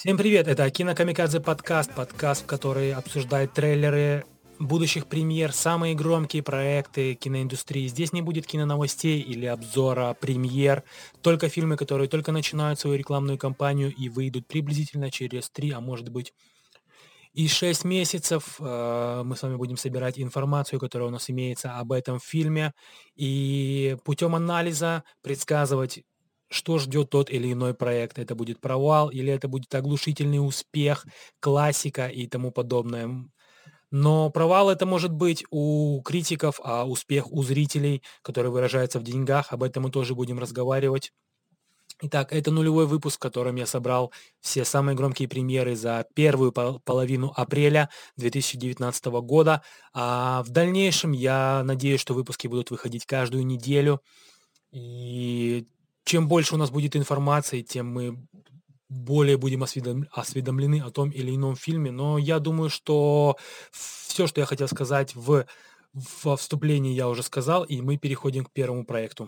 Всем привет, это Кинокамикадзе подкаст, в который обсуждает трейлеры будущих премьер, самые громкие проекты киноиндустрии. Здесь не будет киноновостей или обзора премьер, только фильмы, которые только начинают свою рекламную кампанию и выйдут приблизительно через 3, а может быть и 6 месяцев. Мы с вами будем собирать информацию, которая у нас имеется об этом фильме, и путем анализа предсказывать, что ждет тот или иной проект. Это будет провал или это будет оглушительный успех, классика и тому подобное. Но провал это может быть у критиков, а успех у зрителей, который выражается в деньгах. Об этом мы тоже будем разговаривать. Итак, это нулевой выпуск, в котором я собрал все самые громкие премьеры за первую половину апреля 2019 года. А в дальнейшем я надеюсь, что выпуски будут выходить каждую неделю. И чем больше у нас будет информации, тем мы более будем осведомлены о том или ином фильме. Но я думаю, что все, что я хотел сказать во вступлении, я уже сказал, и мы переходим к первому проекту.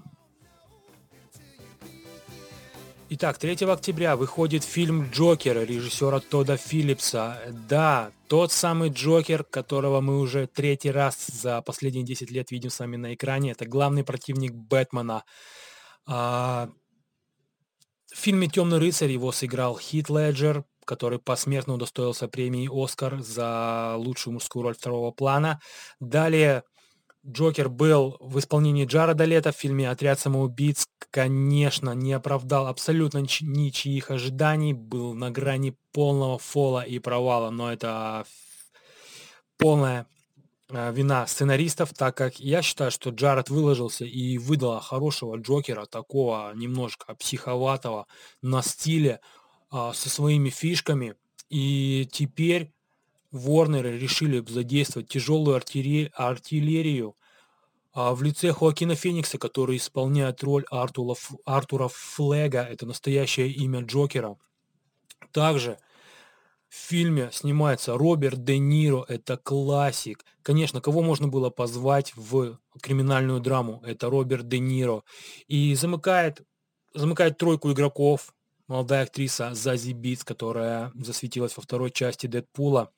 Итак, 3 октября выходит фильм «Джокер» режиссера Тодда Филлипса. Да, тот самый Джокер, которого мы уже третий раз за последние 10 лет видим с вами на экране. Это главный противник Бэтмена. В фильме «Темный рыцарь» его сыграл Хит Леджер, который посмертно удостоился премии «Оскар» за лучшую мужскую роль второго плана. Далее Джокер был в исполнении Джареда Лето в фильме «Отряд самоубийц». Конечно, не оправдал абсолютно ничьих ожиданий, был на грани полного фола и провала, но это полная вина сценаристов, так как я считаю, что Джаред выложился и выдал хорошего Джокера, такого немножко психоватого, на стиле, со своими фишками. И теперь Ворнеры решили задействовать тяжелую артиллерию в лице Хоакина Феникса, который исполняет роль Артура Флега, это настоящее имя Джокера. Также в фильме снимается Роберт Де Ниро, это классик. Конечно, кого можно было позвать в криминальную драму? Это Роберт Де Ниро. И замыкает тройку игроков молодая актриса Зази Битц, которая засветилась во второй части Дэдпула.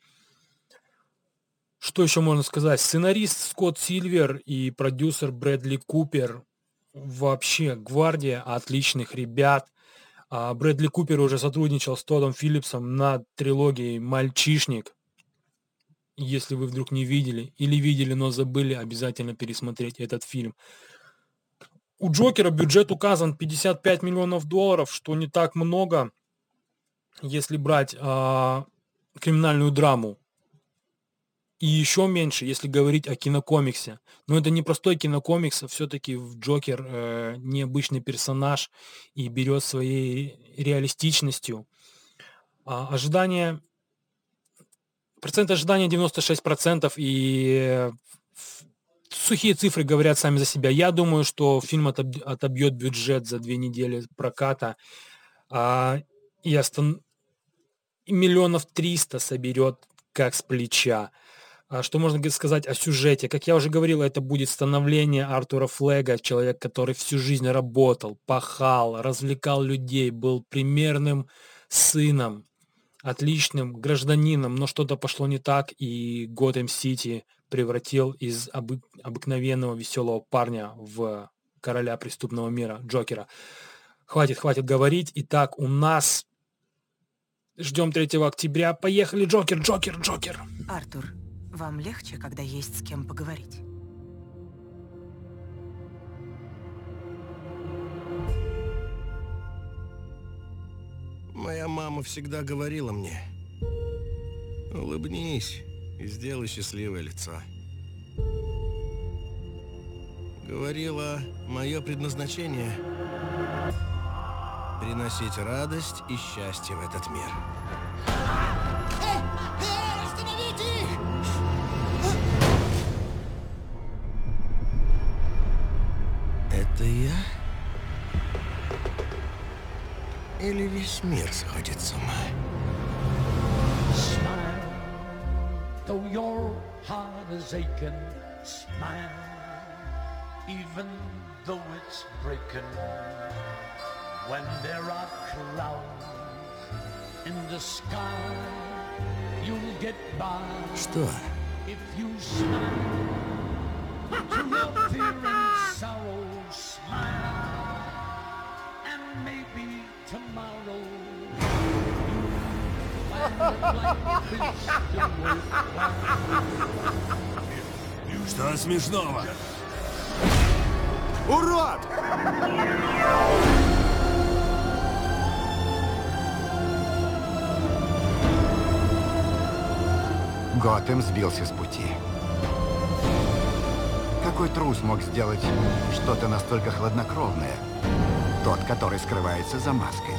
Что еще можно сказать? Сценарист Скотт Сильвер и продюсер Брэдли Купер. Вообще, гвардия отличных ребят. Брэдли Купер уже сотрудничал с Тоддом Филлипсом над трилогией «Мальчишник». Если вы вдруг не видели или видели, но забыли, обязательно пересмотреть этот фильм. У Джокера бюджет указан $55 миллионов, что не так много, если брать криминальную драму. И еще меньше, если говорить о кинокомиксе. Но это не простой кинокомикс, а все-таки Джокер необычный персонаж и берет своей реалистичностью. Ожидание, процент ожидания 96%, и сухие цифры говорят сами за себя. Я думаю, что фильм отобьет бюджет за 2 недели проката и миллионов 300 соберет как с плеча. Что можно сказать о сюжете? Как я уже говорил, это будет становление Артура Флега, человек, который всю жизнь работал, пахал, развлекал людей, был примерным сыном, отличным гражданином, но что-то пошло не так, и Готэм-Сити превратил из обыкновенного веселого парня в короля преступного мира, Джокера. Хватит говорить. Итак, у нас ждем 3 октября. Поехали, Джокер, Джокер, Джокер. Артур, вам легче, когда есть с кем поговорить? Моя мама всегда говорила мне: улыбнись и сделай счастливое лицо. Говорила, мое предназначение — приносить радость и счастье в этот мир. Остановите их! Это я? Или весь мир сходит с ума? Smile, though your heart is aching. Smile, even though it's breaking. When there are clouds in the sky. You'll get by Что? if you smile. To your fear and sorrow, smile. And maybe tomorrow you'll find that life is still worthwhile. Что смешного? Урод! Готэм сбился с пути. Какой трус мог сделать что-то настолько хладнокровное? Тот, который скрывается за маской.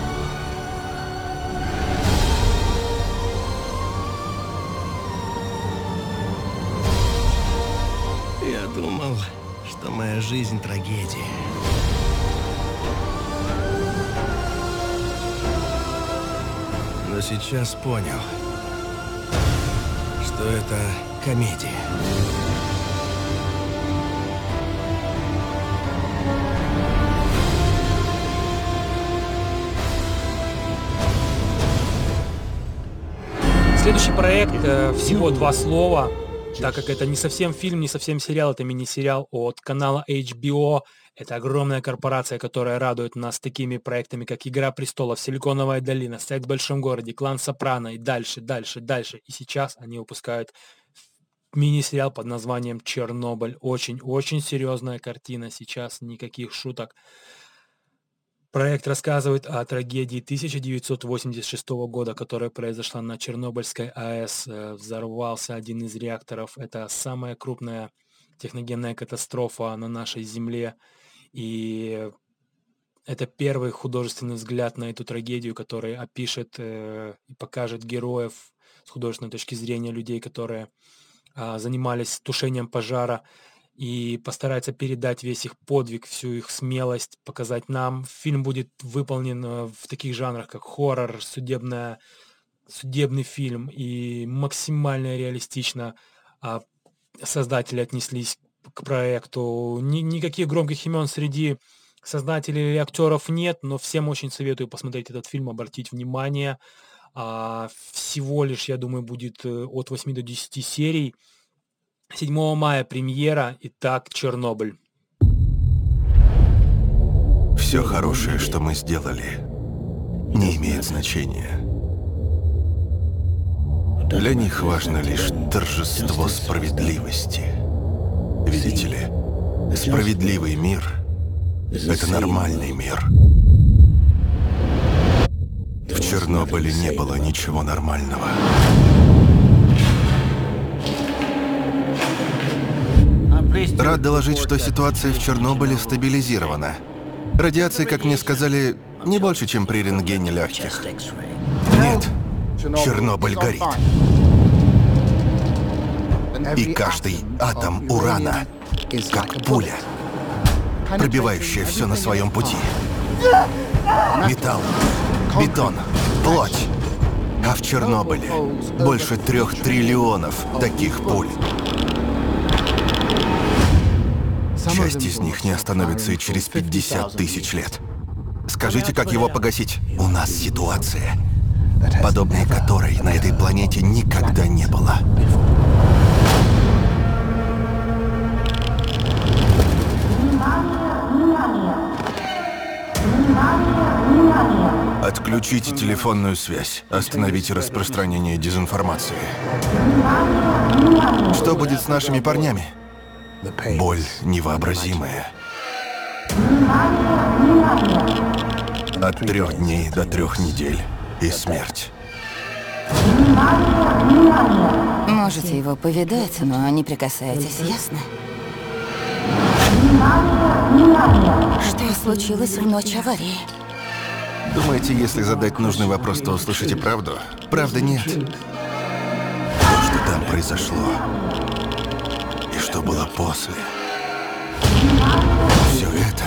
Я думал, что моя жизнь трагедия. Но сейчас понял, что это комедия. Следующий проект, всего 2 слова, так как это не совсем фильм, не совсем сериал, это мини-сериал от канала HBO. Это огромная корпорация, которая радует нас такими проектами, как «Игра престолов», «Силиконовая долина», «Секс в большом городе», «Клан Сопрано» и дальше, дальше, дальше. И сейчас они выпускают мини-сериал под названием «Чернобыль». Очень-очень серьезная картина, сейчас никаких шуток. Проект рассказывает о трагедии 1986 года, которая произошла на Чернобыльской АЭС. Взорвался один из реакторов. Это самая крупная техногенная катастрофа на нашей Земле. И это первый художественный взгляд на эту трагедию, который опишет и покажет героев с художественной точки зрения, людей, которые занимались тушением пожара, и постарается передать весь их подвиг, всю их смелость, показать нам. Фильм будет выполнен в таких жанрах, как хоррор, судебный фильм, и максимально реалистично создатели отнеслись к проекту. Никаких громких имен среди создателей или актеров нет, но всем очень советую посмотреть этот фильм, обратить внимание. Всего лишь, я думаю, будет от 8 до 10 серий. 7 мая премьера. Итак, Чернобыль. Все хорошее, что мы сделали, не имеет значения. Для них важно лишь торжество справедливости. Видите ли, справедливый мир — это нормальный мир. В Чернобыле не было ничего нормального. Рад доложить, что ситуация в Чернобыле стабилизирована. Радиации, как мне сказали, не больше, чем при рентгене легких. Нет, Чернобыль горит. И каждый атом урана, как пуля, пробивающая все на своем пути. Металл, бетон, плоть. А в Чернобыле больше 3 триллионов таких пуль. Часть из них не остановится и через 50 тысяч лет. Скажите, как его погасить? У нас ситуация, подобной которой на этой планете никогда не было. Отключите телефонную связь. Остановите распространение дезинформации. Что будет с нашими парнями? Боль невообразимая. От 3 дней до 3 недель. И смерть. Можете его повидать, но не прикасайтесь, ясно? Что случилось в ночь аварии? Думаете, если задать нужный вопрос, то услышите правду? Правды нет. То, что там произошло, и что было после. Все это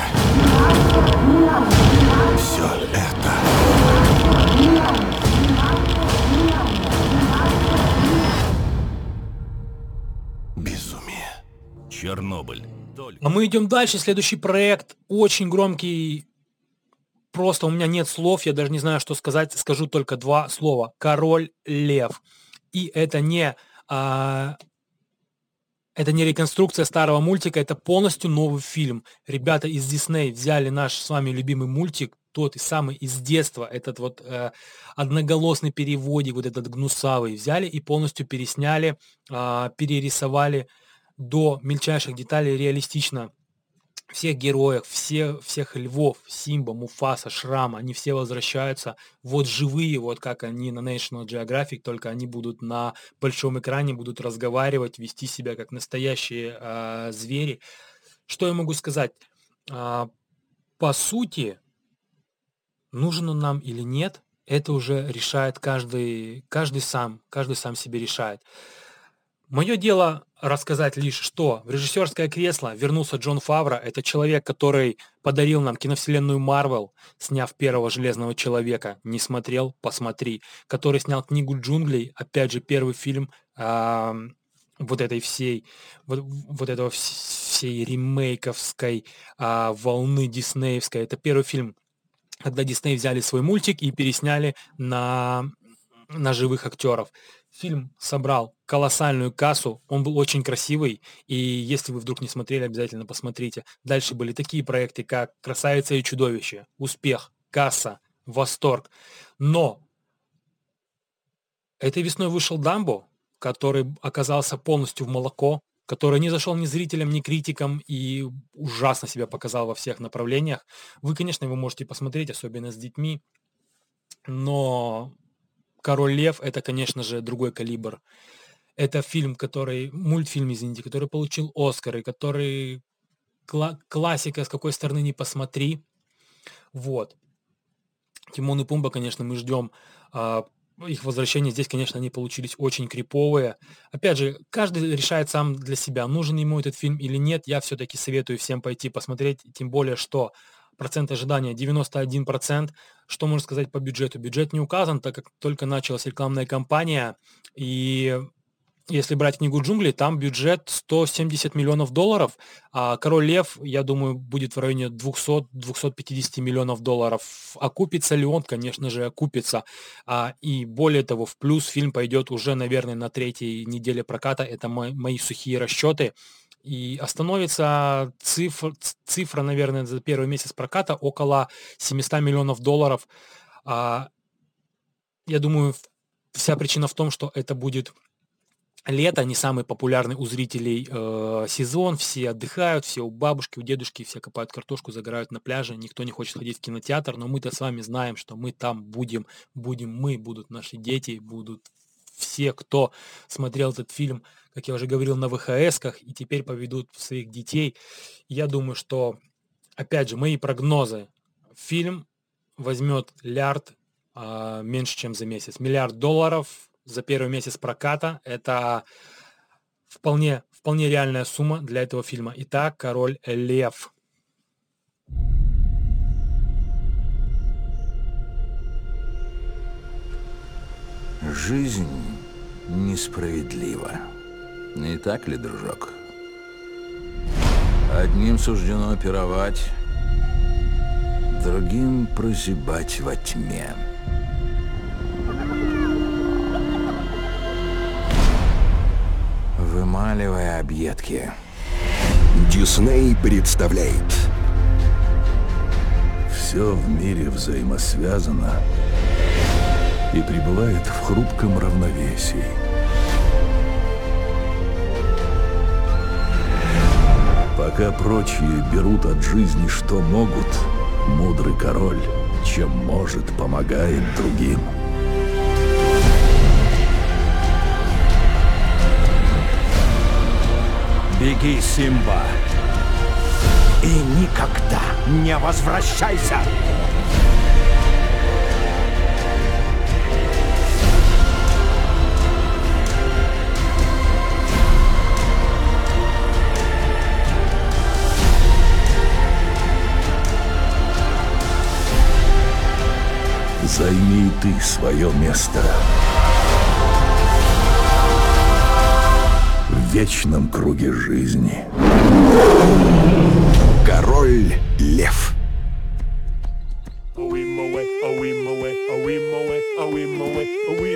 безумие. Чернобыль. А мы идем дальше. Следующий проект очень громкий просто у меня нет слов, я даже не знаю, что сказать, скажу только 2 слова. «Король Лев». И это не реконструкция старого мультика, это полностью новый фильм. Ребята из Disney взяли наш с вами любимый мультик, тот и самый из детства, этот вот одноголосный переводик, вот этот гнусавый, взяли и полностью пересняли, перерисовали до мельчайших деталей реалистично. Всех героев, всех львов, Симба, Муфаса, Шрам, они все возвращаются вот живые, вот как они на National Geographic, только они будут на большом экране, будут разговаривать, вести себя как настоящие звери. Что я могу сказать? По сути, нужен он нам или нет, это уже решает каждый сам себе решает. Мое дело рассказать лишь, что в режиссерское кресло вернулся Джон Фавро. Это человек, который подарил нам киновселенную Марвел, сняв первого Железного Человека. Не смотрел? Посмотри. Который снял «Книгу джунглей». Опять же, первый фильм вот всей ремейковской волны диснеевской. Это первый фильм, когда Дисней взяли свой мультик и пересняли на живых актеров. Фильм собрал колоссальную кассу, он был очень красивый, и если вы вдруг не смотрели, обязательно посмотрите. Дальше были такие проекты, как «Красавица и чудовище», «Успех», «Касса», «Восторг». Но этой весной вышел «Дамбо», который оказался полностью в молоко, который не зашел ни зрителям, ни критикам и ужасно себя показал во всех направлениях. Вы, конечно, его можете посмотреть, особенно с детьми, но «Король Лев» — это, конечно же, другой калибр. Это мультфильм, который получил Оскары, который классика, с какой стороны не посмотри. Вот. Тимон и Пумба, конечно, мы ждем их возвращения. Здесь, конечно, они получились очень криповые. Опять же, каждый решает сам для себя, нужен ему этот фильм или нет. Я все-таки советую всем пойти посмотреть, тем более, что процент ожидания 91%. Что можно сказать по бюджету? Бюджет не указан, так как только началась рекламная кампания. И если брать «Книгу джунглей», там бюджет $170 миллионов. А «Король Лев», я думаю, будет в районе $200-250 миллионов. Окупится ли он? Конечно же, окупится. И более того, в плюс фильм пойдет уже, наверное, на 3-й неделе проката. Это мои сухие расчеты. И остановится цифра, наверное, за первый месяц проката около $700 миллионов. Я думаю, вся причина в том, что это будет лето, не самый популярный у зрителей сезон. Все отдыхают, все у бабушки, у дедушки, все копают картошку, загорают на пляже. Никто не хочет ходить в кинотеатр, но мы-то с вами знаем, что мы там будем мы, будут наши дети, будут все, кто смотрел этот фильм, как я уже говорил, на ВХС-ках, и теперь поведут своих детей. Я думаю, что, опять же, мои прогнозы. Фильм возьмет меньше, чем за месяц. $1 миллиард за первый месяц проката. Это вполне реальная сумма для этого фильма. Итак, «Король Лев». Жизнь несправедлива. Не так ли, дружок? Одним суждено пировать, другим прозябать во тьме. Вымаливая объедки. Дисней представляет. Все в мире взаимосвязано и пребывает в хрупком равновесии. Пока прочие берут от жизни, что могут, мудрый король, чем может, помогает другим. Беги, Симба, и никогда не возвращайся! Займи ты свое место в вечном круге жизни. Король Лев.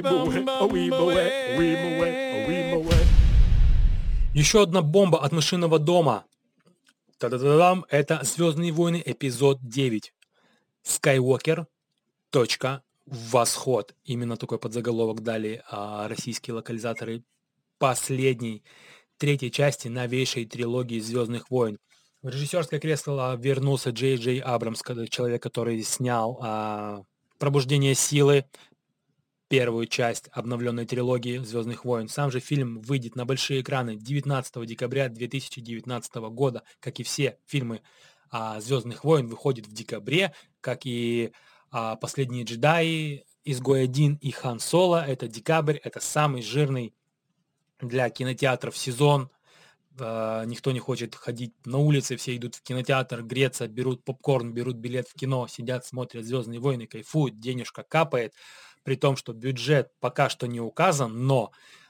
Еще одна бомба от мышиного дома. Та-да-да-дам, это «Звездные войны», эпизод 9. Skywalker. Восход. Именно такой подзаголовок дали российские локализаторы последней, третьей части новейшей трилогии «Звездных войн». В режиссерское кресло вернулся Джей Джей Абрамс, человек, который снял «Пробуждение силы», первую часть обновленной трилогии «Звездных войн». Сам же фильм выйдет на большие экраны 19 декабря 2019 года, как и все фильмы «Звездных войн» выходят в декабре, как и «Последние джедаи», «Изгой 1» и «Хан Соло». Это декабрь, это самый жирный для кинотеатров сезон. Никто не хочет ходить на улице, все идут в кинотеатр, греться, берут попкорн, берут билет в кино, сидят, смотрят «Звездные войны», кайфуют, денежка капает. При том, что бюджет пока что не указан, но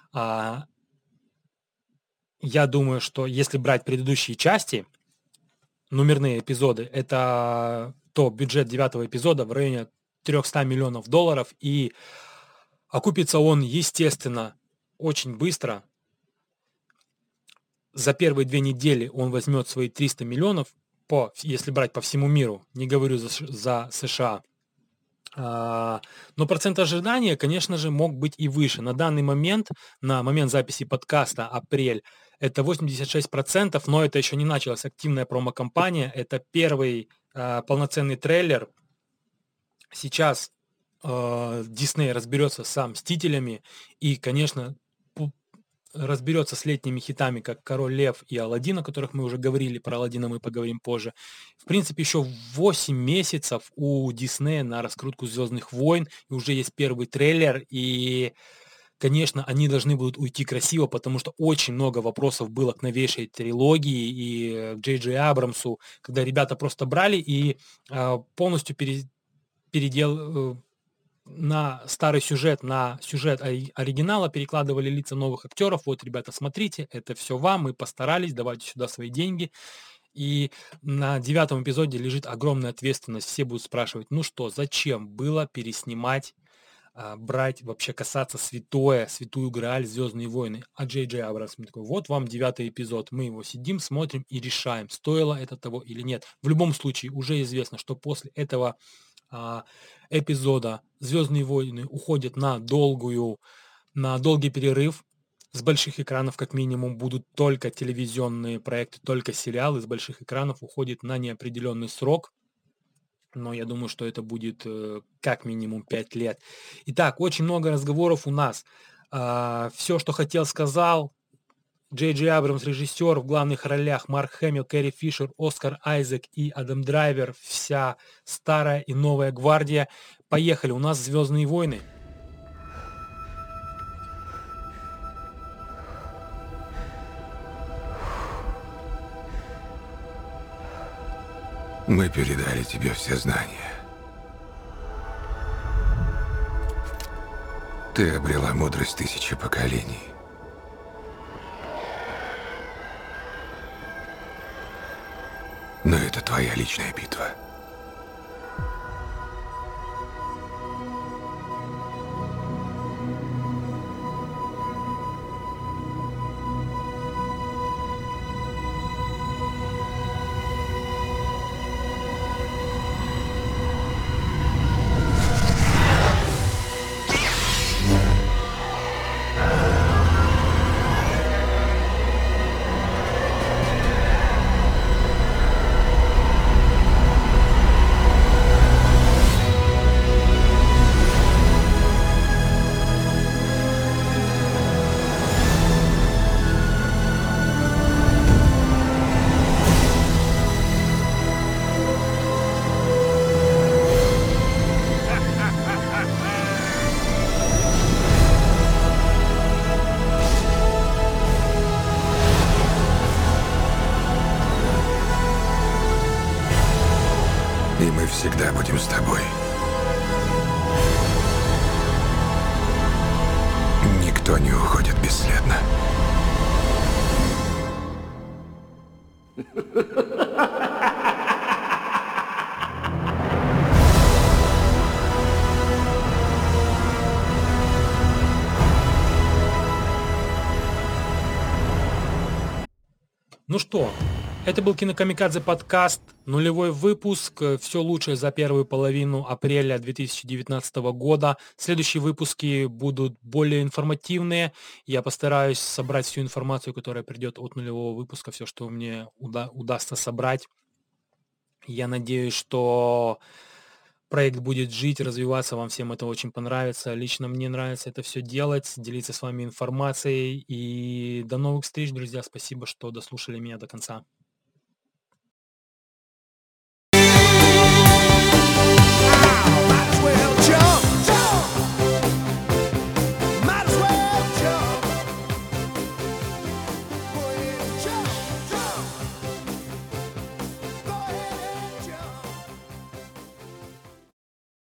я думаю, что если брать предыдущие части, номерные эпизоды, это то бюджет 9-го эпизода в районе $300 миллионов, и окупится он, естественно, очень быстро. За первые 2 недели он возьмет свои 300 миллионов, если брать по всему миру, не говорю за США. Но процент ожидания, конечно же, мог быть и выше. На данный момент, на момент записи подкаста, апрель, это 86%, но это еще не началась активная промо-компания. Это первый полноценный трейлер. Сейчас Дисней разберется с «Мстителями» и, конечно, разберется с летними хитами, как «Король Лев» и «Аладдин», о которых мы уже говорили, про «Аладдина» мы поговорим позже. В принципе, еще 8 месяцев у Диснея на раскрутку «Звездных войн», и уже есть первый трейлер, и, конечно, они должны будут уйти красиво, потому что очень много вопросов было к новейшей трилогии и к Джей Джей Абрамсу, когда ребята просто брали и полностью на старый сюжет, на сюжет оригинала перекладывали лица новых актеров. Вот, ребята, смотрите, это все вам, мы постарались, давайте сюда свои деньги. И на 9-м эпизоде лежит огромная ответственность. Все будут спрашивать, ну что, зачем было переснимать, брать, вообще касаться святую Грааль «Звездные войны». А Джей Джей Абрамс такой, вот вам 9-й эпизод, мы его сидим, смотрим и решаем, стоило это того или нет. В любом случае, уже известно, что после этого эпизода «Звездные войны» уходят на долгий перерыв. С больших экранов, как минимум, будут только телевизионные проекты, только сериалы. С больших экранов уходит на неопределенный срок. Но я думаю, что это будет как минимум 5 лет. Итак, очень много разговоров у нас. Все, что хотел, сказал. Джей Джей Абрамс, режиссер, в главных ролях Марк Хэмилл, Кэрри Фишер, Оскар Айзек и Адам Драйвер. Вся старая и новая гвардия. Поехали, у нас «Звездные войны». Мы передали тебе все знания. Ты обрела мудрость 1000 поколений. Но это твоя личная битва. И мы всегда будем с тобой. Никто не уходит бесследно. Ну что, это был Кинокамикадзе подкаст, нулевой выпуск, все лучшее за первую половину апреля 2019 года. Следующие выпуски будут более информативные. Я постараюсь собрать всю информацию, которая придет от нулевого выпуска, все, что мне удастся собрать. Я надеюсь, что проект будет жить, развиваться, вам всем это очень понравится. Лично мне нравится это все делать, делиться с вами информацией. И до новых встреч, друзья. Спасибо, что дослушали меня до конца.